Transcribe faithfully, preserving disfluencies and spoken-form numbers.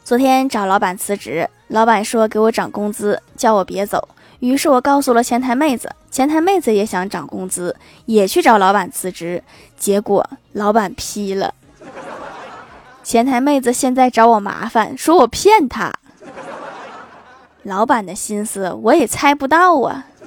昨天找老板辞职，老板说给我涨工资，叫我别走。于是我告诉了前台妹子，前台妹子也想涨工资，也去找老板辞职，结果老板批了。前台妹子现在找我麻烦，说我骗她。老板的心思我也猜不到啊。